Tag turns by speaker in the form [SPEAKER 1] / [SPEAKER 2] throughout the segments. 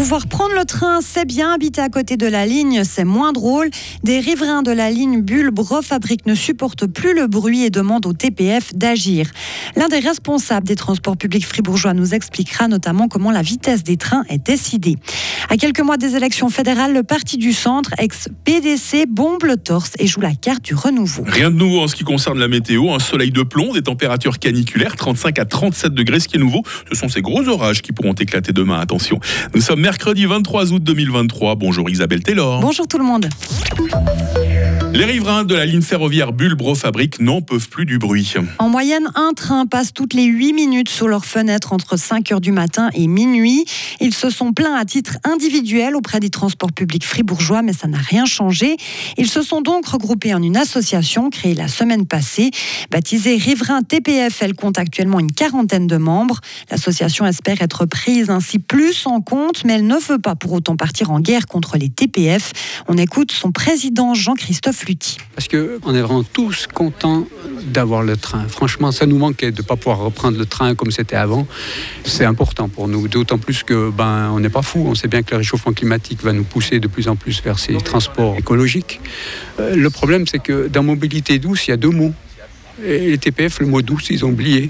[SPEAKER 1] Pouvoir prendre le train, c'est bien. Habiter à côté de la ligne, c'est moins drôle. Des riverains de la ligne Bulle-Bro-Fabrique ne supportent plus le bruit et demandent au TPF d'agir. L'un des responsables des transports publics fribourgeois nous expliquera notamment comment la vitesse des trains est décidée. À quelques mois des élections fédérales, le Parti du Centre, ex-PDC, bombe le torse et joue la carte du renouveau.
[SPEAKER 2] Rien de nouveau en ce qui concerne la météo. Un soleil de plomb, des températures caniculaires, 35 à 37 degrés. Ce qui est nouveau, ce sont ces gros orages qui pourront éclater demain. Attention, nous sommes mercredi 23 août 2023. Bonjour Isabelle Taylor.
[SPEAKER 1] Bonjour tout le monde.
[SPEAKER 2] Les riverains de la ligne ferroviaire Bulle-Bro-Fabrique n'en peuvent plus du bruit.
[SPEAKER 1] En moyenne, un train passe toutes les 8 minutes sous leur fenêtre entre 5h du matin et minuit. Ils se sont plaints à titre individuel auprès des transports publics fribourgeois, mais ça n'a rien changé. Ils se sont donc regroupés en une association créée la semaine passée. Baptisée Riverains TPF, elle compte actuellement une 40aine de membres. L'association espère être prise ainsi plus en compte, mais elle ne veut pas pour autant partir en guerre contre les TPF. On écoute son président Jean-Christophe Lutti.
[SPEAKER 3] Parce qu'on est vraiment tous contents d'avoir le train. Franchement, ça nous manquait de ne pas pouvoir reprendre le train comme c'était avant. C'est important pour nous, d'autant plus que on n'est pas fous. On sait bien que le réchauffement climatique va nous pousser de plus en plus vers ces transports écologiques. Le problème, c'est que dans mobilité douce, il y a deux mots. Et les TPF, le mot douce, ils ont oublié.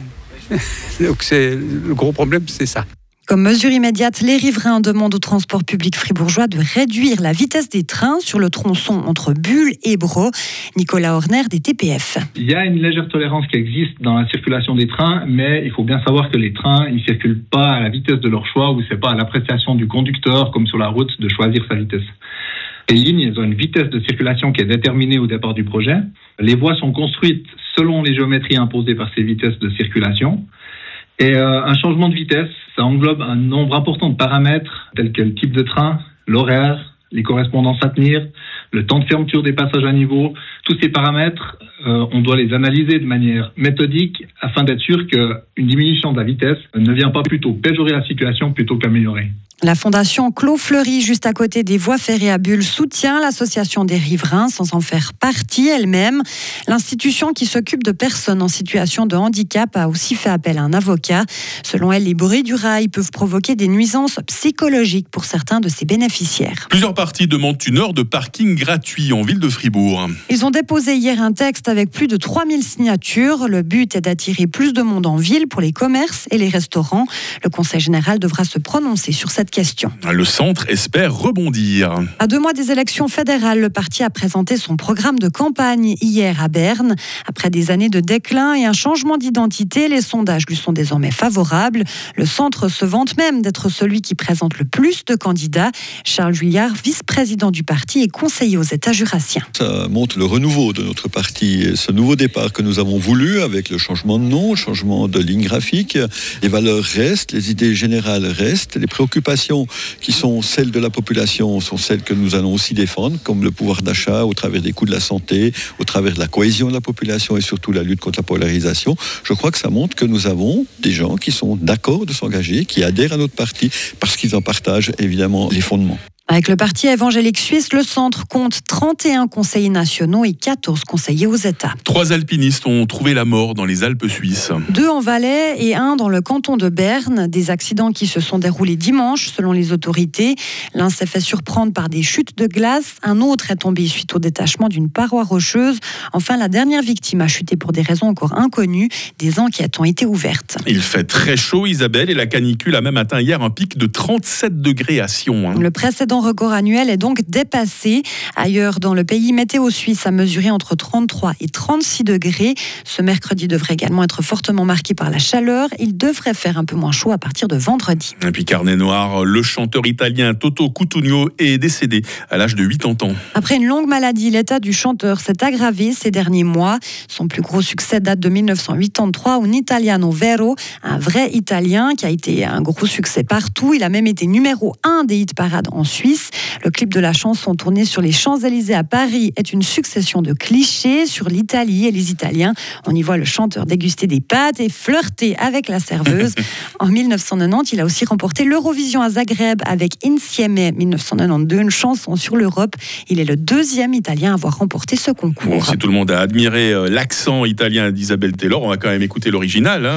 [SPEAKER 3] Donc le gros problème, c'est ça.
[SPEAKER 1] Comme mesure immédiate, les riverains demandent au transport public fribourgeois de réduire la vitesse des trains sur le tronçon entre Bulle et Bro. Nicolas Horner des TPF.
[SPEAKER 4] Il y a une légère tolérance qui existe dans la circulation des trains, mais il faut bien savoir que les trains, ils circulent pas à la vitesse de leur choix ou c'est pas à l'appréciation du conducteur, comme sur la route, de choisir sa vitesse. Les lignes, elles ont une vitesse de circulation qui est déterminée au départ du projet. Les voies sont construites selon les géométries imposées par ces vitesses de circulation. Et un changement de vitesse, ça englobe un nombre important de paramètres tels que le type de train, l'horaire, les correspondances à tenir, le temps de fermeture des passages à niveau. Tous ces paramètres, on doit les analyser de manière méthodique afin d'être sûr qu'une diminution de la vitesse ne vient pas plutôt péjorer la situation plutôt qu'améliorer.
[SPEAKER 1] La fondation Clos Fleury, juste à côté des voies ferrées à Bulle, soutient l'association des riverains sans en faire partie elle-même. L'institution qui s'occupe de personnes en situation de handicap a aussi fait appel à un avocat. Selon elle, les bruits du rail peuvent provoquer des nuisances psychologiques pour certains de ses bénéficiaires.
[SPEAKER 2] Plusieurs partis demandent une heure de parking gratuit en ville de Fribourg.
[SPEAKER 1] Ils ont déposé hier un texte avec plus de 3000 signatures. Le but est d'attirer plus de monde en ville pour les commerces et les restaurants. Le Conseil général devra se prononcer sur cette question.
[SPEAKER 2] Le centre espère rebondir.
[SPEAKER 1] À 2 mois des élections fédérales, le parti a présenté son programme de campagne hier à Berne. Après des années de déclin et un changement d'identité, les sondages lui sont désormais favorables. Le centre se vante même d'être celui qui présente le plus de candidats. Charles Juillard, vice-président du parti et conseiller aux États jurassiens.
[SPEAKER 5] Ça montre le renouveau de notre parti, ce nouveau départ que nous avons voulu avec le changement de nom, le changement de ligne graphique. Les valeurs restent, les idées générales restent, les préoccupations qui sont celles de la population sont celles que nous allons aussi défendre, comme le pouvoir d'achat au travers des coûts de la santé, au travers de la cohésion de la population et surtout la lutte contre la polarisation. Je crois que ça montre que nous avons des gens qui sont d'accord de s'engager, qui adhèrent à notre parti parce qu'ils en partagent évidemment les fondements.
[SPEAKER 1] Avec le parti évangélique suisse, le centre compte 31 conseillers nationaux et 14 conseillers aux États.
[SPEAKER 2] 3 alpinistes ont trouvé la mort dans les Alpes suisses.
[SPEAKER 1] 2 en Valais et 1 dans le canton de Berne. Des accidents qui se sont déroulés dimanche, selon les autorités. L'un s'est fait surprendre par des chutes de glace. Un autre est tombé suite au détachement d'une paroi rocheuse. Enfin, la dernière victime a chuté pour des raisons encore inconnues. Des enquêtes ont été ouvertes.
[SPEAKER 2] Il fait très chaud, Isabelle, et la canicule a même atteint hier un pic de 37 degrés à Sion.
[SPEAKER 1] Le précédent record annuel est donc dépassé. Ailleurs dans le pays, météo suisse a mesuré entre 33 et 36 degrés. Ce mercredi devrait également être fortement marqué par la chaleur. Il devrait faire un peu moins chaud à partir de vendredi.
[SPEAKER 2] Et puis carnet noir, le chanteur italien Toto Cutugno est décédé à l'âge de 80 ans.
[SPEAKER 1] Après une longue maladie, l'état du chanteur s'est aggravé ces derniers mois. Son plus gros succès date de 1983, Un Italiano Vero, un vrai italien qui a été un gros succès partout. Il a même été numéro 1 des hit-parades en Suisse. Le clip de la chanson tourné sur les Champs-Élysées à Paris est une succession de clichés sur l'Italie et les Italiens. On y voit le chanteur déguster des pâtes et flirter avec la serveuse. En 1990, il a aussi remporté l'Eurovision à Zagreb avec Insieme 1992, une chanson sur l'Europe. Il est le 2e Italien à avoir remporté ce concours.
[SPEAKER 2] Bon, si tout le monde a admiré l'accent italien d'Isabelle Taylor, on va quand même écouter l'original.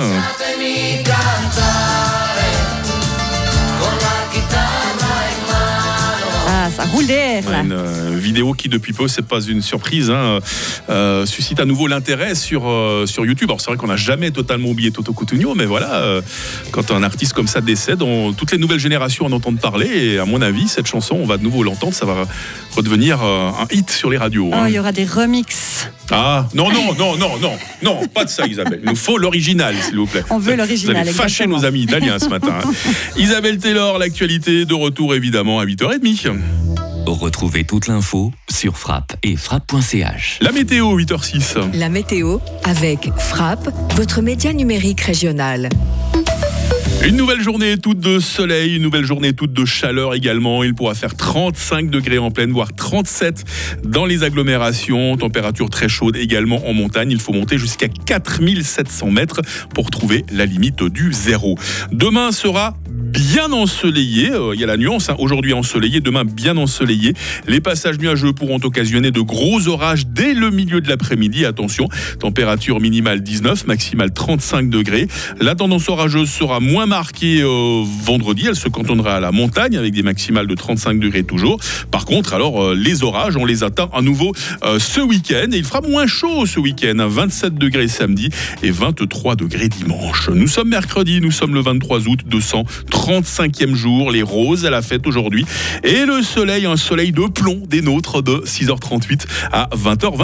[SPEAKER 1] rouler.
[SPEAKER 2] Ouais, une vidéo qui depuis peu, c'est pas une surprise, suscite à nouveau l'intérêt sur YouTube. Alors c'est vrai qu'on n'a jamais totalement oublié Toto Cutugno, mais voilà, quand un artiste comme ça décède, toutes les nouvelles générations en entendent parler, et à mon avis, cette chanson, on va de nouveau l'entendre, ça va redevenir un hit sur les radios.
[SPEAKER 1] Il y aura des remixes.
[SPEAKER 2] Ah, non, pas de ça, Isabelle. Il nous faut l'original, s'il vous plaît.
[SPEAKER 1] On veut l'original.
[SPEAKER 2] Vous allez fâcher nos amis italiens ce matin. Isabelle Taylor, l'actualité, de retour évidemment à 8h30.
[SPEAKER 6] Retrouvez toute l'info sur Frappe et frappe.ch.
[SPEAKER 2] La météo, 8h06.
[SPEAKER 7] La météo avec Frappe, votre média numérique régional.
[SPEAKER 2] Une nouvelle journée toute de soleil, une nouvelle journée toute de chaleur également. Il pourra faire 35 degrés en plaine, voire 37 dans les agglomérations. Température très chaude également en montagne. Il faut monter jusqu'à 4700 mètres pour trouver la limite du zéro. Demain sera bien ensoleillé. Il y a la nuance, aujourd'hui ensoleillé, demain bien ensoleillé. Les passages nuageux pourront occasionner de gros orages dès le milieu de l'après-midi. Attention, température minimale 19, maximale 35 degrés. La tendance orageuse sera moins marquée vendredi. Elle se cantonnera à la montagne avec des maximales de 35 degrés toujours. Par contre, alors les orages, on les atteint à nouveau ce week-end. Et il fera moins chaud ce week-end. 27 degrés samedi et 23 degrés dimanche. Nous sommes mercredi, nous sommes le 23 août, 235e jour. Les roses à la fête aujourd'hui. Et le soleil, un soleil de plomb des nôtres de 6h38 à 20h20.